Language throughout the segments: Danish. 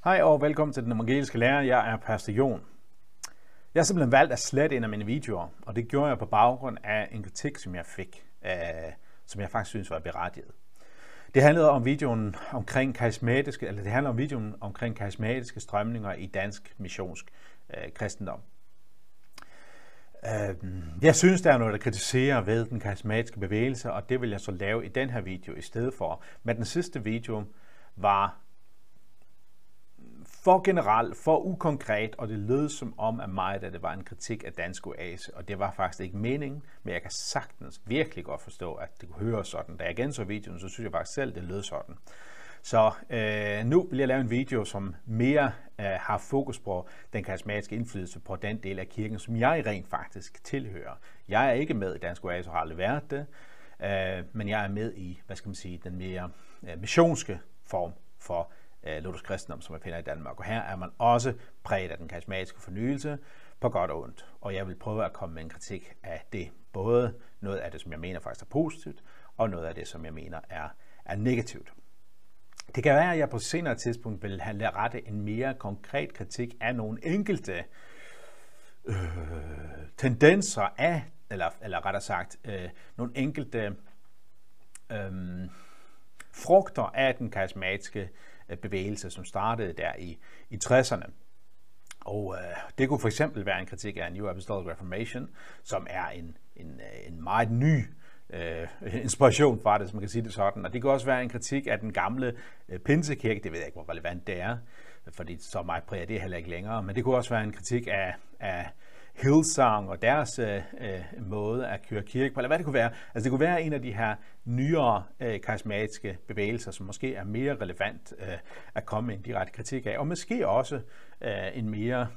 Hej og velkommen til Den Evangeliske Lærer. Jeg er Pastor Jon. Jeg har simpelthen valgt at slette en af mine videoer, og det gjorde jeg på baggrund af en kritik, som jeg fik, som jeg faktisk synes var berettiget. Det handlede om videoen omkring karismatiske strømninger i dansk missionsk kristendom. Jeg synes, der er noget, der kritiserer ved den karismatiske bevægelse, og det vil jeg så lave i den her video i stedet for. Men den sidste video var for generelt, for ukonkret, og det lød som om af mig, at det var en kritik af dansk oase, og det var faktisk ikke meningen, men jeg kan sagtens virkelig godt forstå, at det kunne høre sådan. Da jeg genså videoen, så synes jeg faktisk selv, det lød sådan. Så nu vil jeg lave en video, som mere har fokus på den karismatiske indflydelse på den del af kirken, som jeg rent faktisk tilhører. Jeg er ikke med i dansk oase og har aldrig været det, men jeg er med i, den mere missionske form for luthersk kristendom, som man finder i Danmark. Og her er man også præget af den karismatiske fornyelse på godt og ondt. Og jeg vil prøve at komme med en kritik af det. Både noget af det, som jeg mener faktisk er positivt, og noget af det, som jeg mener er negativt. Det kan være, at jeg på et senere tidspunkt vil have rette en mere konkret kritik af nogle enkelte tendenser af, eller rettere sagt, nogle enkelte frugter af den karismatiske bevægelse, som startede der i 60'erne. Og det kunne for eksempel være en kritik af New Apostolic Reformation, som er en meget ny inspiration fra det, som man kan sige det sådan. Og det kunne også være en kritik af den gamle pinsekirke. Det ved jeg ikke, hvor relevant det er, fordi så meget præger det heller ikke længere. Men det kunne også være en kritik af Hillsong og deres måde at køre kirke på, eller hvad det kunne være. Altså det kunne være en af de her nyere karismatiske bevægelser, som måske er mere relevant at komme med en direkte kritik af, og måske også en mere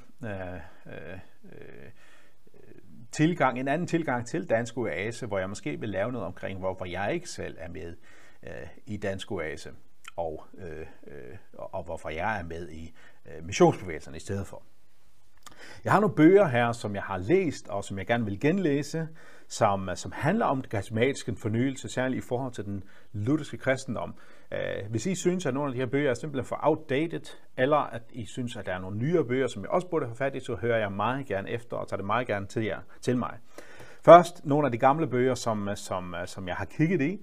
en anden tilgang til dansk oase, hvor jeg måske vil lave noget omkring, hvorfor jeg ikke selv er med i dansk oase, og hvorfor jeg er med i missionsbevægelserne i stedet for. Jeg har nogle bøger her, som jeg har læst, og som jeg gerne vil genlæse, som handler om den karismatiske fornyelse, særligt i forhold til den lutherske kristendom. Hvis I synes, at nogle af de her bøger er simpelthen for outdated, eller at I synes, at der er nogle nyere bøger, som jeg også burde have fat i, så hører jeg meget gerne efter og tager det meget gerne til mig. Først nogle af de gamle bøger, som jeg har kigget i,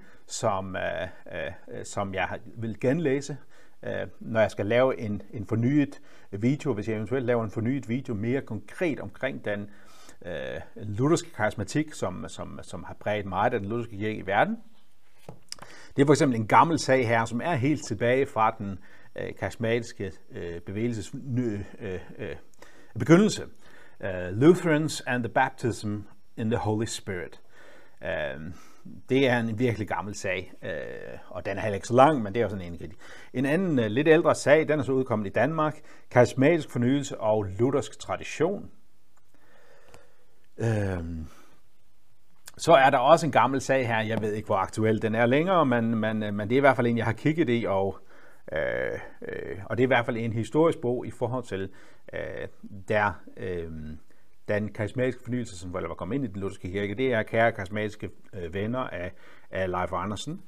som jeg vil genlæse, når jeg skal lave en fornyet video, hvis jeg eventuelt laver en fornyet video mere konkret omkring den lutherske karismatik, som har præget meget af den lutherske kirke i verden. Det er for eksempel en gammel sag her, som er helt tilbage fra den karismatiske bevægelses begyndelse. Lutherans and the Baptism in the Holy Spirit. Det er en virkelig gammel sag, og den er heller ikke så lang, men det er jo sådan en. En anden lidt ældre sag, den er så udkommet i Danmark, karismatisk fornyelse og luthersk tradition. Så er der også en gammel sag her, jeg ved ikke, hvor aktuel den er længere, men det er i hvert fald en, jeg har kigget i, og det er i hvert fald en historisk bog i forhold til, den karismatiske fornyelse, som var kommet ind i den lutherske kirke. Det er Kære karismatiske venner af Leif Andersen.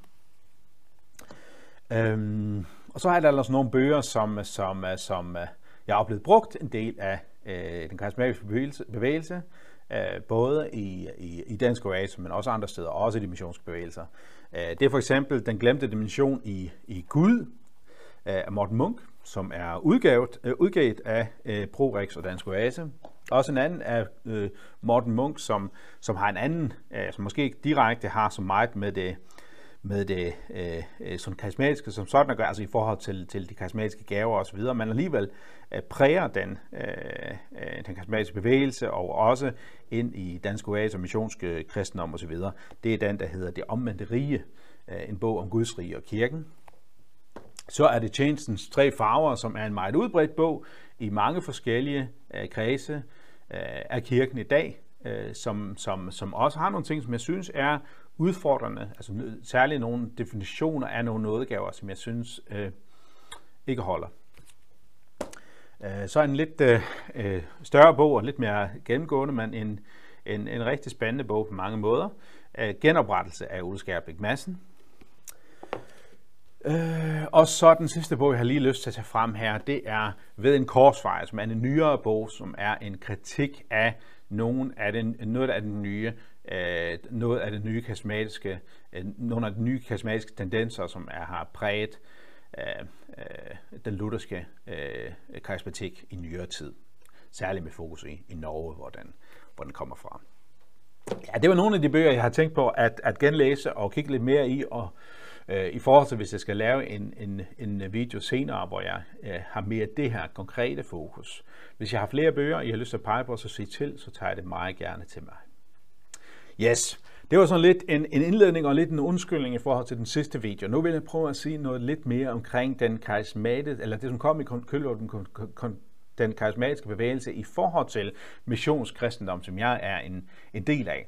Og så er der altså nogle bøger, som jeg har oplevet brugt en del af den karismatiske bevægelse, både i dansk oase, men også andre steder, også i de missionske bevægelser. Det er for eksempel Den glemte dimension i Gud af Morten Munk, som er udgivet af ProRex og dansk oase. Også en anden af Morten Munk, som har en anden, som måske ikke direkte har så meget med det sådan karismatiske som sådan at gøre, altså i forhold til de karismatiske gaver og så videre, men alligevel præger den karismatiske bevægelse og også ind i dansk oase og missionske kristendom og så videre. Det er den, der hedder Det omvendte rige, en bog om Guds rige og kirken. Så er det Tjenestens 3 farver, som er en meget udbredt bog i mange forskellige kredse af kirken i dag, som også har nogle ting, som jeg synes er udfordrende, altså særligt nogle definitioner af nogle nådegaver, som jeg synes ikke holder. Så en lidt større bog og lidt mere gennemgående, men en rigtig spændende bog på mange måder. Genoprettelse af Ole Skærbæk Madsen. Og så den sidste bog, jeg har lige lyst til at tage frem her, det er Ved en korsvej, som er en nyere bog, som er en kritik af nogle af de nye karismatiske tendenser, som har præget den lutherske karismatik i nyere tid. Særligt med fokus i Norge, hvor den kommer fra. Ja, det var nogle af de bøger, jeg har tænkt på at genlæse og kigge lidt mere i, og i forhold til, hvis jeg skal lave en video senere, hvor jeg har mere det her konkrete fokus. Hvis jeg har flere bøger, I har lyst til at pege på, så sig til, så tager jeg det meget gerne til mig. Yes, det var sådan lidt en indledning og lidt en undskyldning i forhold til den sidste video. Nu vil jeg prøve at sige noget lidt mere omkring den karismatiske, eller det som kom i kølvandet den karismatiske bevægelse i forhold til missionskristendom, som jeg er en del af.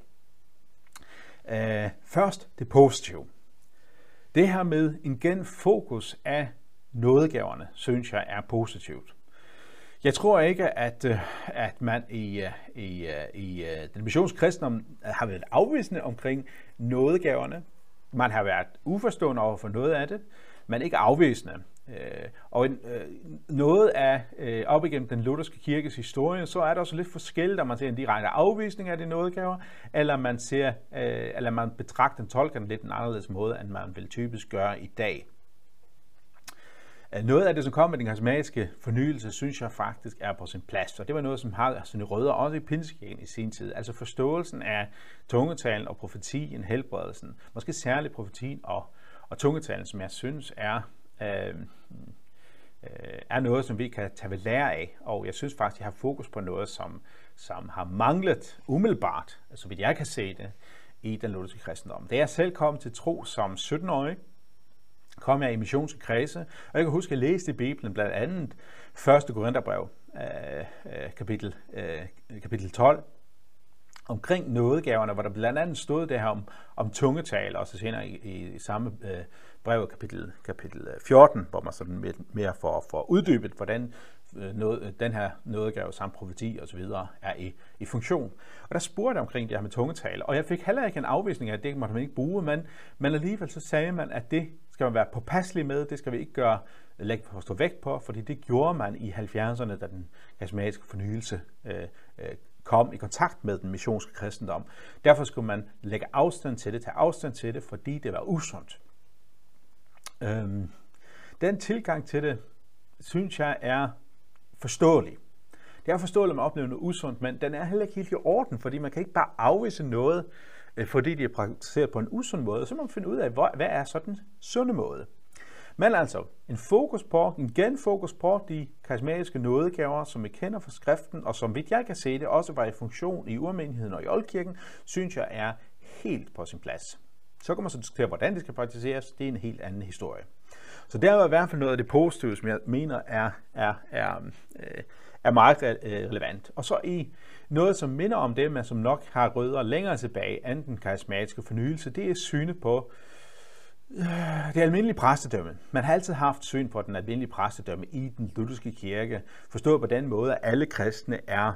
Først det positive. Det her med en genfokus af nådegaverne, synes jeg er positivt. Jeg tror ikke, at man i den missionskristendom har været afvisende omkring nådegaverne. Man har været uforstående over for noget af det, men ikke afvisende. Og noget af op igennem den lutherske kirkes historie, så er der også lidt forskelligt, om man ser en direkte afvisning af de nådegaver, eller man betragter den tolken lidt en anderledes måde, end man vil typisk gøre i dag. Noget af det, som kom med den karismatiske fornyelse, synes jeg faktisk er på sin plads, og det var noget, som har sine rødder også i pinsekirken i sin tid. Altså forståelsen af tungetalen og profetien, helbredelsen, måske særligt profetien og tungetalen, som jeg synes er noget, som vi kan tage ved lære af, og jeg synes faktisk, at jeg har fokus på noget, som har manglet umiddelbart, så vidt jeg kan se det, i den lutherske kristendom. Da jeg selv kom til tro som 17-årig, kom jeg i missionske kredse, og jeg kan huske, at jeg læste i Bibelen blandt andet 1. Korintherbrev, kapitel 12, omkring nådegaverne, hvor der blandt andet stod det her om tungetal, og så senere i samme brev, kapitel 14, hvor man sådan mere får uddybet, hvordan den her nådegave samt profeti og så videre er i funktion. Og der spurgte jeg omkring det her med tungetal, og jeg fik heller ikke en afvisning af, at det måtte man ikke bruge, men alligevel så sagde man, at det skal man være påpasselig med, det skal vi ikke lægge for stor vægt på, fordi det gjorde man i 70'erne, da den karismatiske fornyelse kom i kontakt med den missionske kristendom. Derfor skulle man tage afstand til det, fordi det var usundt. Den tilgang til det, synes jeg, er forståelig. Det er forståeligt, at man oplever noget usundt, men den er heller ikke helt i orden, fordi man kan ikke bare afvise noget, fordi det er praktiseret på en usund måde, så må man finde ud af, hvad er sådan en sunde måde. Men altså, en genfokus på de karismatiske nådegaver, som vi kender fra skriften, og som vidt jeg kan se det, også var i funktion i urmenigheden og i oldkirken, synes jeg er helt på sin plads. Så kan man så diskutere, hvordan det skal praktiseres, det er en helt anden historie. Så det er i hvert fald noget af det positive, som jeg mener er meget relevant. Og så i noget, som minder om det, men som nok har rødder længere tilbage, end den karismatiske fornyelse, det er synet på det almindelige præstedømme. Man har altid haft syn på den almindelige præstedømme i den lutherske kirke. Forstået på den måde, at alle kristne er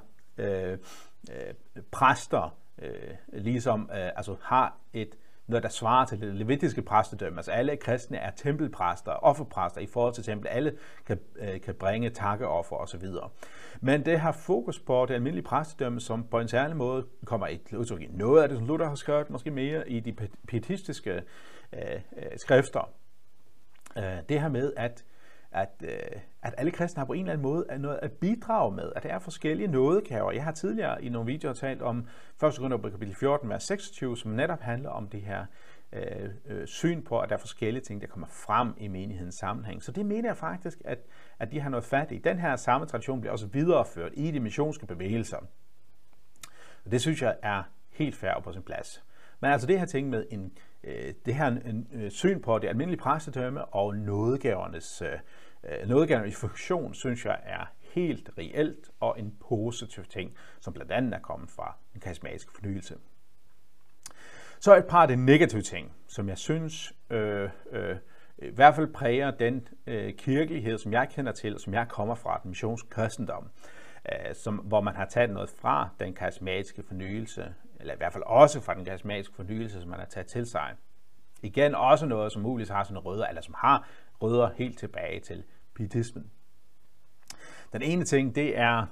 præster, altså har noget, der svarer til det levitiske præstedømme. Altså alle kristne er tempelpræster, offerpræster i forhold til tempel. Alle kan bringe takkeoffer osv. Men det har fokus på det almindelige præstedømme, som på en særlig måde kommer i udtryk i noget af det, som Luther har skrevet, måske mere i de pietistiske skrifter. Det her med, at alle kristne har på en eller anden måde noget at bidrage med, at der er forskellige nådegaver. Jeg har tidligere i nogle videoer talt om 1. Korintherbrev kapitel 14, vers 26, som netop handler om det her syn på, at der er forskellige ting, der kommer frem i menighedens sammenhæng. Så det mener jeg faktisk, at de har noget fat i. Den her samme tradition bliver også videreført i de missionske bevægelser. Og det synes jeg er helt fair og på sin plads. Men altså det her ting med en syn på det almindelige præstedømme og nådegavernes i funktion, synes jeg er helt reelt og en positiv ting, som blandt andet er kommet fra den karismatiske fornyelse. Så et par af de negative ting, som jeg synes i hvert fald præger den kirkelighed, som jeg kender til, og som jeg kommer fra, den missionske kristendom, hvor man har taget noget fra den karismatiske fornyelse, eller i hvert fald også fra den karismatiske fornyelse, som man har taget til sig Igen også noget, som muligvis har sine rødder, eller som har rødder helt tilbage til pietismen. Den ene ting, det er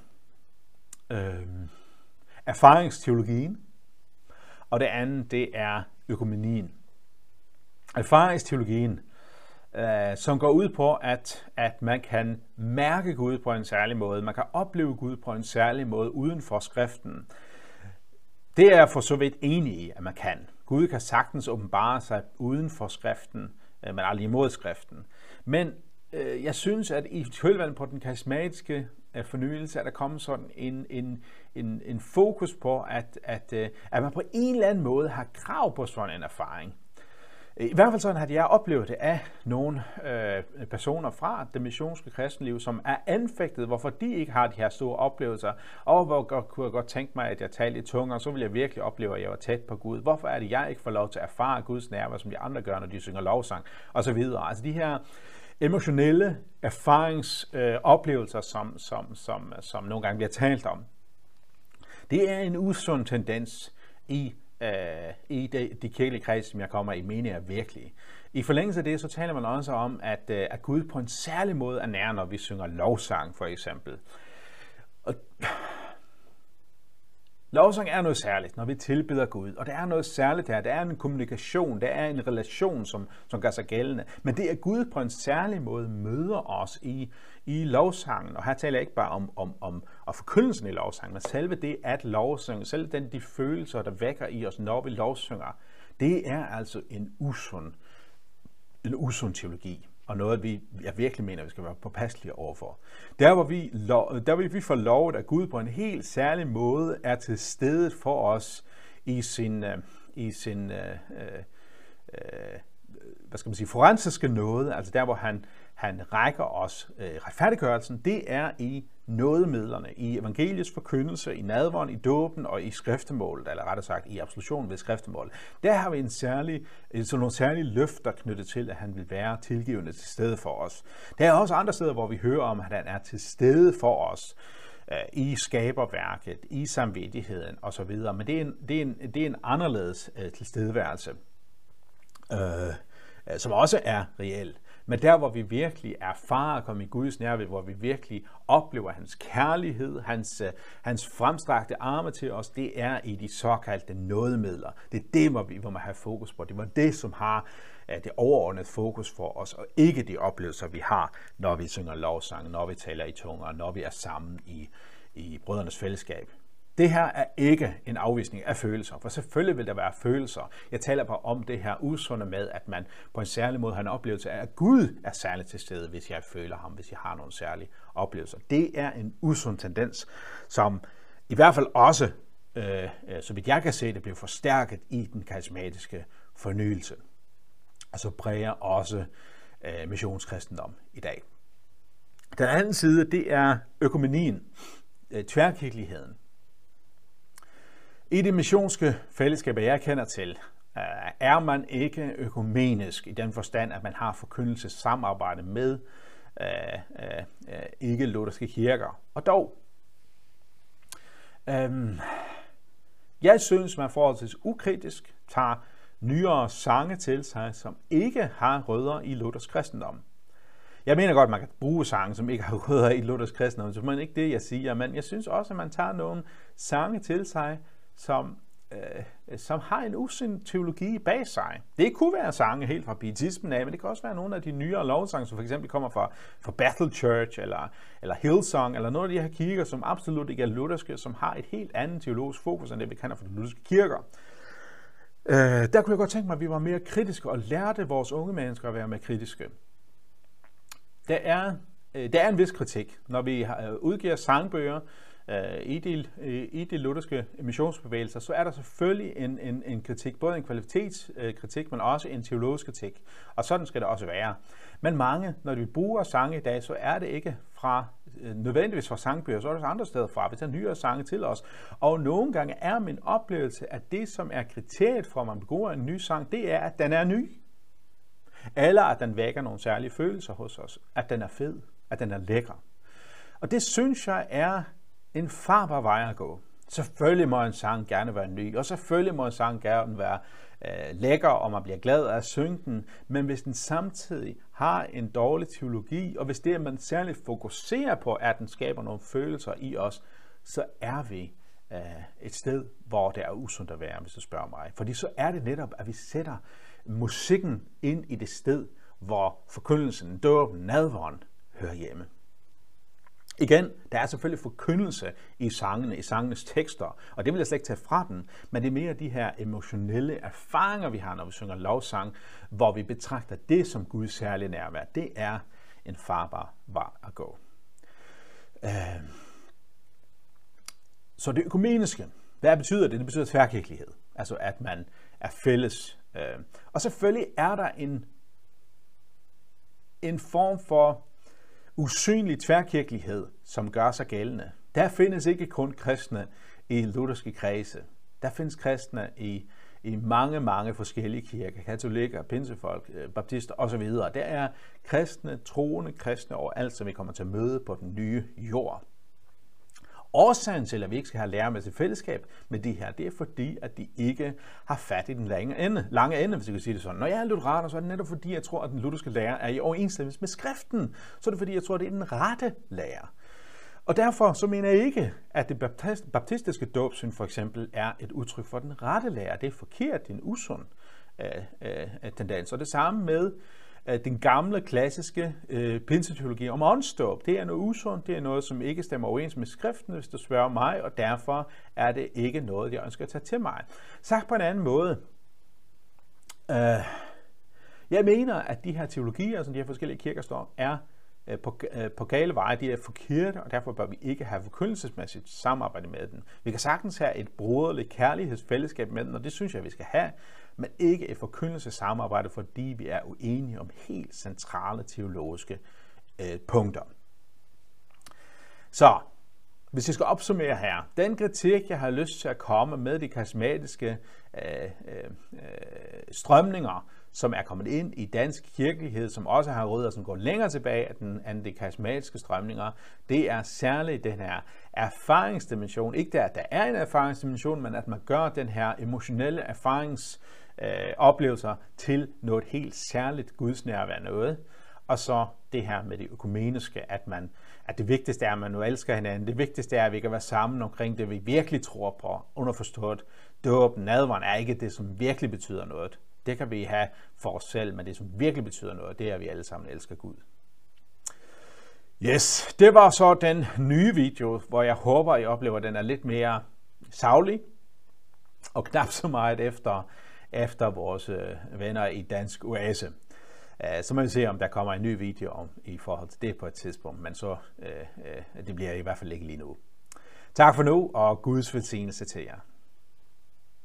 erfaringsteologien, og det andet, det er økumenien. Erfaringsteologien, som går ud på, at man kan mærke Gud på en særlig måde, man kan opleve Gud på en særlig måde uden for skriften. Det er jeg for så vidt enig i, at man kan. Gud kan sagtens åbenbare sig uden for skriften, men aldrig imod skriften. Men jeg synes, at i kølvandet på den karismatiske fornyelse, er der kommet sådan en fokus på, at man på en eller anden måde har krav på sådan en erfaring. I hvert fald sådan, at jeg oplevet det af nogle personer fra det missionske kristenliv, som er anfægtet, hvorfor de ikke har de her store oplevelser, og hvor kunne jeg godt tænke mig, at jeg talte i tunger, og så ville jeg virkelig opleve, at jeg var tæt på Gud. Hvorfor er det, jeg ikke får lov til at erfare Guds nærvær, som de andre gør, når de synger lovsang, og så videre. Altså de her emotionelle erfaringsoplevelser, som nogle gange bliver talt om. Det er en usund tendens i de kirkelige kreds, som jeg kommer i, mener jeg virkelig. I forlængelse af det, så taler man også om, at Gud på en særlig måde er nær, når vi synger lovsang, for eksempel. Og lovsang er noget særligt, når vi tilbeder Gud, og der er noget særligt her. Der er en kommunikation, der er en relation, som gør sig gældende. Men det er Gud på en særlig måde møder os i lovsangen. Og her taler jeg ikke bare om forkyndelsen i lovsangen, men selve det at lovsynge, selv de følelser, der vækker i os, når vi lovsynger, det er altså en usund teologi. Og noget, jeg virkelig mener, vi skal være påpasselige overfor. Der hvor vi får lovet, at Gud på en helt særlig måde er til stede for os i sin forensiske nåde, altså der, hvor han rækker os retfærdiggørelsen, det er i nådemidlerne, i evangeliets forkyndelse, i nadveren, i dåben og i skriftemålet, eller rettere sagt i absolutionen ved skriftemålet. Der har vi nogle særlige løfter knyttet til, at han vil være tilgivende til stede for os. Der er også andre steder, hvor vi hører om, at han er til stede for os i skaberværket, i samvittigheden osv. Men det er en anderledes tilstedeværelse, som også er reel. Men der, hvor vi virkelig erfarer at komme i Guds nærvær, hvor vi virkelig oplever hans kærlighed, hans fremstrakte arme til os, det er i de såkaldte nådemidler. Det er det, hvor vi må have fokus på. Det var det, som har det overordnede fokus for os, og ikke de oplevelser, vi har, når vi synger lovsang, når vi taler i tunger, når vi er sammen i brødrenes fællesskab. Det her er ikke en afvisning af følelser, for selvfølgelig vil der være følelser. Jeg taler bare om det her usunde med, at man på en særlig måde har en oplevelse af, at Gud er særligt til stede, hvis jeg føler ham, hvis jeg har nogle særlige oplevelser. Det er en usund tendens, som i hvert fald også, så vidt jeg kan se, det bliver forstærket i den karismatiske fornyelse. Og så præger også missionskristendom i dag. Den anden side, det er økumenien, tværkirkeligheden. I det missionske fællesskab, jeg kender til, er man ikke økumenisk i den forstand, at man har forkyndelsessamarbejde med ikke-lutherske kirker. Og dog, jeg synes, man forholdsvis ukritisk tager nyere sange til sig, som ikke har rødder i luthersk kristendom. Jeg mener godt, at man kan bruge sange, som ikke har rødder i luthersk kristendom, så er ikke det, jeg siger, men jeg synes også, at man tager nogle sange til sig, som har en usund teologi bag sig. Det kunne være sange helt fra pietismen af, men det kan også være nogle af de nyere lovsange, som for eksempel kommer fra Bethel Church eller Hillsong, eller nogle af de her kirker, som absolut ikke er lutherske, som har et helt andet teologisk fokus, end det vi kender fra de lutherske kirker. Der kunne jeg godt tænke mig, at vi var mere kritiske og lærte vores unge mennesker at være mere kritiske. Der er en vis kritik, når vi udgiver sangbøger i de lutherske missionsbevægelser, så er der selvfølgelig en kritik, både en kvalitetskritik, men også en teologisk kritik. Og sådan skal det også være. Men mange, når vi bruger sange i dag, så er det ikke nødvendigvis fra sangbøger, så er det også andre steder fra. Vi tager nyere sange til os. Og nogle gange er min oplevelse, at det, som er kriteriet for, at man bruger en ny sang, det er, at den er ny. Eller at den vækker nogle særlige følelser hos os. At den er fed. At den er lækker. Og det synes jeg er en farbar vej at gå. Selvfølgelig må en sang gerne være ny, og selvfølgelig må en sang gerne være lækker, og man bliver glad af at synge den, men hvis den samtidig har en dårlig teologi, og hvis det, man særligt fokuserer på, at den skaber nogle følelser i os, så er vi et sted, hvor det er usundt at være, hvis du spørger mig. Fordi så er det netop, at vi sætter musikken ind i det sted, hvor forkyndelsen, dåben, nadveren hører hjemme. Igen, der er selvfølgelig forkyndelse i sangene, i sangenes tekster, og det vil jeg slet ikke tage fra den, men det er mere de her emotionelle erfaringer, vi har, når vi synger lovsang, hvor vi betragter det som Guds særlige nærvær. Det er en farbar vej at gå. Så det økumeniske, hvad betyder det? Det betyder tværkirkelighed, altså at man er fælles. Og selvfølgelig er der en form for usynlig tværkirkelighed, som gør sig gældende. Der findes ikke kun kristne i lutherske kredse. Der findes kristne i mange forskellige kirker, katolikker, pinsefolk, baptister osv. Der er kristne, troende kristne overalt, som vi kommer til at møde på den nye jord. Årsagen til, at vi ikke skal have lærermæssigt fællesskab med de her, det er fordi, at de ikke har fat i den lange ende, hvis jeg kan sige det sådan. Når jeg er lutheraner, så er det netop fordi, jeg tror, at den lutherske lærer er i overensstemmelse med skriften. Så er det fordi, jeg tror, at det er den rette lærer. Og derfor så mener jeg ikke, at det baptistiske dåbssyn for eksempel er et udtryk for den rette lærer. Det er forkert, det er en usund tendens. Og det samme med den gamle, klassiske pinseteologi om åndsdåb. Det er noget usundt, det er noget, som ikke stemmer overens med skriften, hvis du spørger mig, og derfor er det ikke noget, jeg ønsker at tage til mig. Sagt på en anden måde, jeg mener, at de her teologier, som de her forskellige kirker står, er på gale veje, de er forkerte, og derfor bør vi ikke have forkyndelsesmæssigt samarbejde med den. Vi kan sagtens have et broderligt kærlighedsfællesskab med den, og det synes jeg, vi skal have, men ikke et forkyndelsessamarbejde, fordi vi er uenige om helt centrale teologiske punkter. Så, hvis jeg skal opsummere her, den kritik, jeg har lyst til at komme med de karismatiske strømninger, som er kommet ind i dansk kirkelighed, som også har rødder, som går længere tilbage end de karismatiske strømninger, det er særligt den her erfaringsdimension. Ikke at der er en erfaringsdimension, men at man gør den her emotionelle erfaringsoplevelser til noget helt særligt gudsnærvær noget. Og så det her med det økumeniske, at det vigtigste er, at man nu elsker hinanden. Det vigtigste er, at vi kan være sammen omkring det, vi virkelig tror på. Underforstået, dåben, nadveren er ikke det, som virkelig betyder noget. Det kan vi have for os selv, men det, som virkelig betyder noget, det er, at vi alle sammen elsker Gud. Yes, det var så den nye video, hvor jeg håber, I oplever, at den er lidt mere saglig og knap så meget efter vores venner i Dansk Oase. Så må vi se, om der kommer en ny video i forhold til det på et tidspunkt, men så det bliver i hvert fald ikke lige nu. Tak for nu, og Guds velsignelse til jer.